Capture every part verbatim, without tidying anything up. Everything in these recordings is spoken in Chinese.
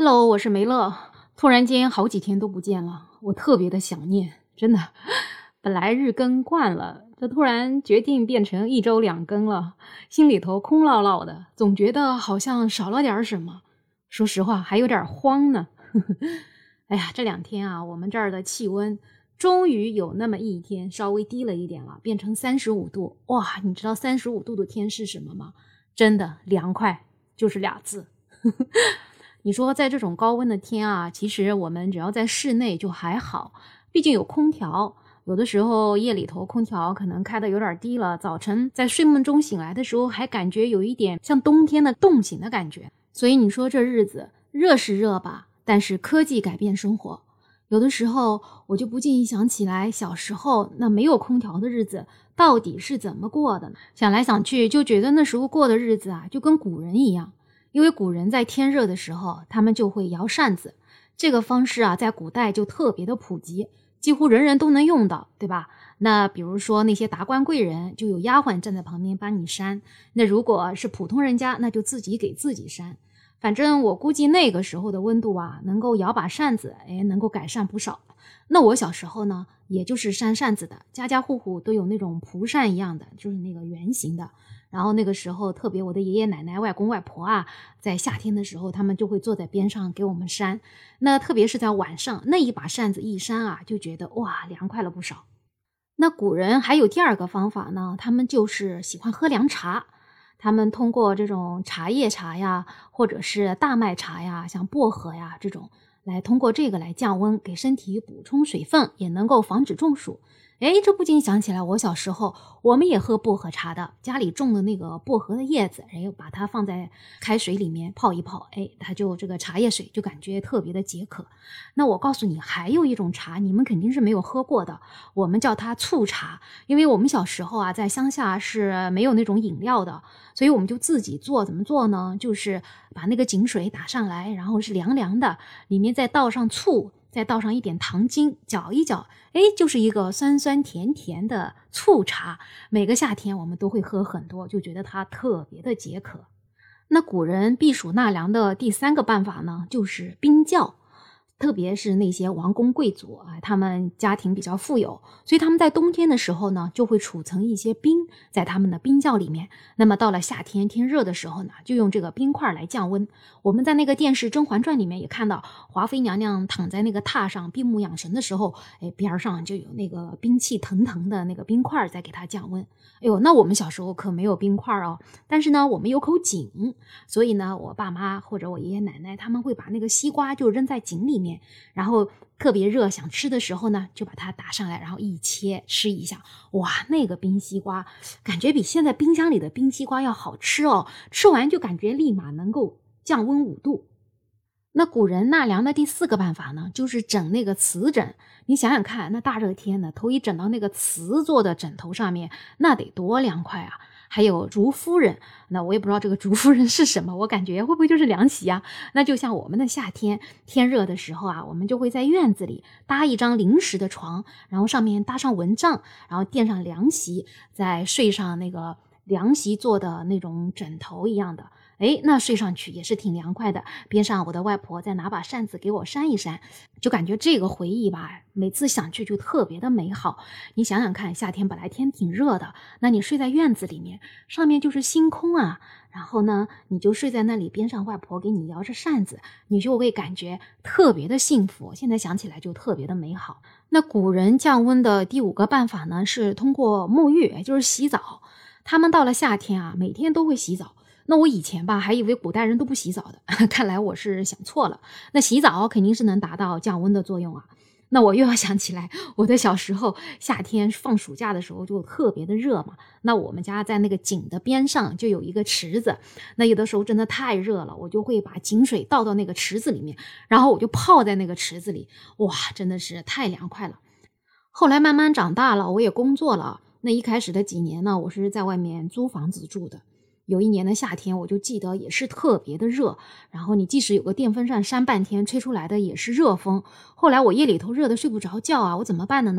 Hello，我是梅乐。突然间好几天都不见了，我特别的想念，真的。本来日更惯了，这突然决定变成一周两更了，心里头空落落的，总觉得好像少了点什么。说实话，还有点慌呢。哎呀，这两天啊，我们这儿的气温终于有那么一天稍微低了一点了，变成三十五度。哇，你知道三十五度的天是什么吗？真的凉快，就是俩字。你说在这种高温的天啊，其实我们只要在室内就还好，毕竟有空调，有的时候夜里头空调可能开的有点低了，早晨在睡梦中醒来的时候还感觉有一点像冬天的冻醒的感觉。所以你说这日子热是热吧，但是科技改变生活，有的时候我就不禁想起来小时候那没有空调的日子到底是怎么过的呢？想来想去就觉得那时候过的日子啊，就跟古人一样。因为古人在天热的时候，他们就会摇扇子，这个方式啊，在古代就特别的普及，几乎人人都能用到，对吧？那比如说那些达官贵人，就有丫鬟站在旁边帮你扇；那如果是普通人家，那就自己给自己扇。反正我估计那个时候的温度啊，能够摇把扇子，哎，能够改善不少。那我小时候呢，也就是扇扇子的，家家户户都有那种蒲扇一样的，就是那个圆形的。然后那个时候特别我的爷爷奶奶外公外婆啊，在夏天的时候他们就会坐在边上给我们扇，那特别是在晚上那一把扇子一扇啊，就觉得哇凉快了不少。那古人还有第二个方法呢，他们就是喜欢喝凉茶，他们通过这种茶叶茶呀，或者是大麦茶呀，像薄荷呀这种，来通过这个来降温，给身体补充水分，也能够防止中暑。诶，这不禁想起来我小时候我们也喝薄荷茶的，家里种的那个薄荷的叶子，诶，把它放在开水里面泡一泡，诶，它就这个茶叶水就感觉特别的解渴。那我告诉你，还有一种茶你们肯定是没有喝过的，我们叫它醋茶。因为我们小时候啊在乡下是没有那种饮料的，所以我们就自己做。怎么做呢？就是把那个井水打上来，然后是凉凉的，里面再倒上醋，再倒上一点糖精，搅一搅，诶，就是一个酸酸甜甜的醋茶。每个夏天我们都会喝很多，就觉得它特别的解渴。那古人避暑纳凉的第三个办法呢，就是冰窖。特别是那些王公贵族啊，他们家庭比较富有，所以他们在冬天的时候呢，就会储存一些冰在他们的冰窖里面。那么到了夏天天热的时候呢，就用这个冰块来降温。我们在那个电视《甄嬛传》里面也看到，华妃娘娘躺在那个榻上闭目养神的时候，哎，边上就有那个冰气腾腾的那个冰块在给她降温。哎呦，那我们小时候可没有冰块哦，但是呢，我们有口井，所以呢，我爸妈或者我爷爷奶奶他们会把那个西瓜就扔在井里面。然后特别热想吃的时候呢，就把它打上来，然后一切吃一下。哇，那个冰西瓜感觉比现在冰箱里的冰西瓜要好吃哦，吃完就感觉立马能够降温五度。那古人纳凉的第四个办法呢，就是整那个瓷枕。你想想看，那大热天的，头一枕到那个瓷做的枕头上面，那得多凉快啊。还有竹夫人，那我也不知道这个竹夫人是什么，我感觉会不会就是凉席啊？那就像我们的夏天天热的时候啊，我们就会在院子里搭一张临时的床，然后上面搭上蚊帐，然后垫上凉席，再睡上那个凉席做的那种枕头一样的。诶，那睡上去也是挺凉快的，边上我的外婆再拿把扇子给我扇一扇，就感觉这个回忆吧，每次想去就特别的美好。你想想看，夏天本来天挺热的，那你睡在院子里面，上面就是星空啊，然后呢，你就睡在那里，边上外婆给你摇着扇子，你就会感觉特别的幸福，现在想起来就特别的美好。那古人降温的第五个办法呢，是通过沐浴，也就是洗澡。他们到了夏天啊，每天都会洗澡。那我以前吧还以为古代人都不洗澡的，看来我是想错了。那洗澡肯定是能达到降温的作用啊。那我又要想起来我的小时候夏天放暑假的时候就特别的热嘛，那我们家在那个井的边上就有一个池子，那有的时候真的太热了，我就会把井水倒到那个池子里面，然后我就泡在那个池子里，哇，真的是太凉快了。后来慢慢长大了，我也工作了，那一开始的几年呢，我是在外面租房子住的。有一年的夏天，我就记得也是特别的热，然后你即使有个电风扇扇半天，吹出来的也是热风。后来我夜里头热的睡不着觉啊，我怎么办的呢？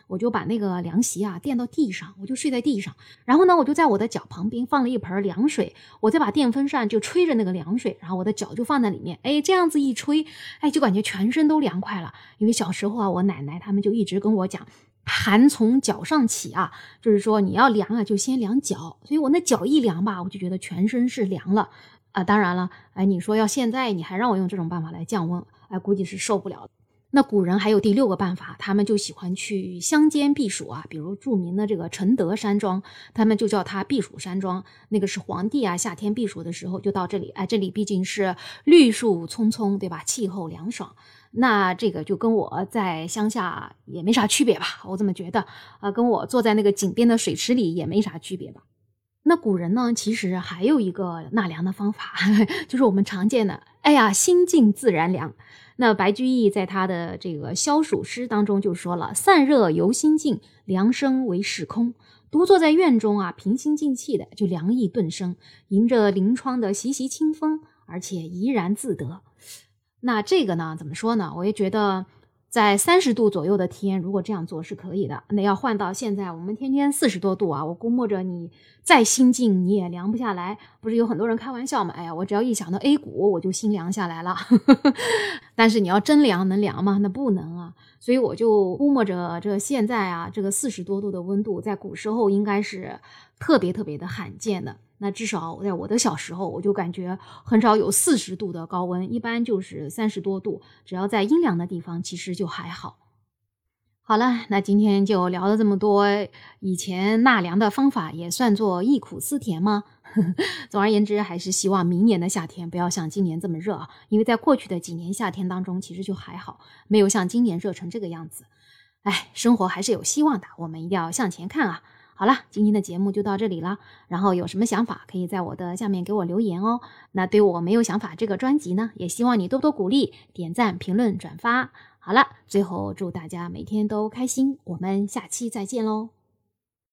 我就把那个凉席啊垫到地上，我就睡在地上。然后呢，我就在我的脚旁边放了一盆凉水，我再把电风扇就吹着那个凉水，然后我的脚就放在里面。哎，这样子一吹，哎，就感觉全身都凉快了。因为小时候啊，我奶奶他们就一直跟我讲，寒从脚上起啊，就是说你要凉啊，就先凉脚。所以我那脚一凉吧，我就觉得全身是凉了。啊，当然了，哎，你说要现在你还让我用这种办法来降温，哎，估计是受不了的。那古人还有第六个办法，他们就喜欢去乡间避暑啊，比如著名的这个承德山庄，他们就叫它避暑山庄。那个是皇帝啊，夏天避暑的时候就到这里，哎，这里毕竟是绿树葱葱，对吧？气候凉爽，那这个就跟我在乡下也没啥区别吧，我这么觉得啊，跟我坐在那个井边的水池里也没啥区别吧。那古人呢，其实还有一个纳凉的方法，就是我们常见的，哎呀，心静自然凉。那白居易在他的这个消暑诗当中就说了，散热由心静，凉生为时空。独坐在院中啊，平心静气的就凉意顿生，迎着临窗的习习清风，而且怡然自得。那这个呢，怎么说呢？我也觉得在三十度左右的天，如果这样做是可以的。那要换到现在，我们天天四十多度啊，我估摸着你再心静你也凉不下来。不是有很多人开玩笑嘛？哎呀，我只要一想到 A 股，我就心凉下来了。但是你要真凉能凉吗？那不能啊。所以我就估摸着这现在啊，这个四十多度的温度，在古时候应该是特别特别的罕见的。那至少在我的小时候，我就感觉很少有四十度的高温，一般就是三十多度，只要在阴凉的地方其实就还好。好了，那今天就聊了这么多，以前纳凉的方法也算作忆苦思甜吗？总而言之，还是希望明年的夏天不要像今年这么热啊，因为在过去的几年夏天当中其实就还好，没有像今年热成这个样子。哎，生活还是有希望的，我们一定要向前看啊。好了，今天的节目就到这里了，然后有什么想法可以在我的下面给我留言哦。那对我没有想法这个专辑呢，也希望你多多鼓励，点赞、评论、转发。好了，最后祝大家每天都开心，我们下期再见喽。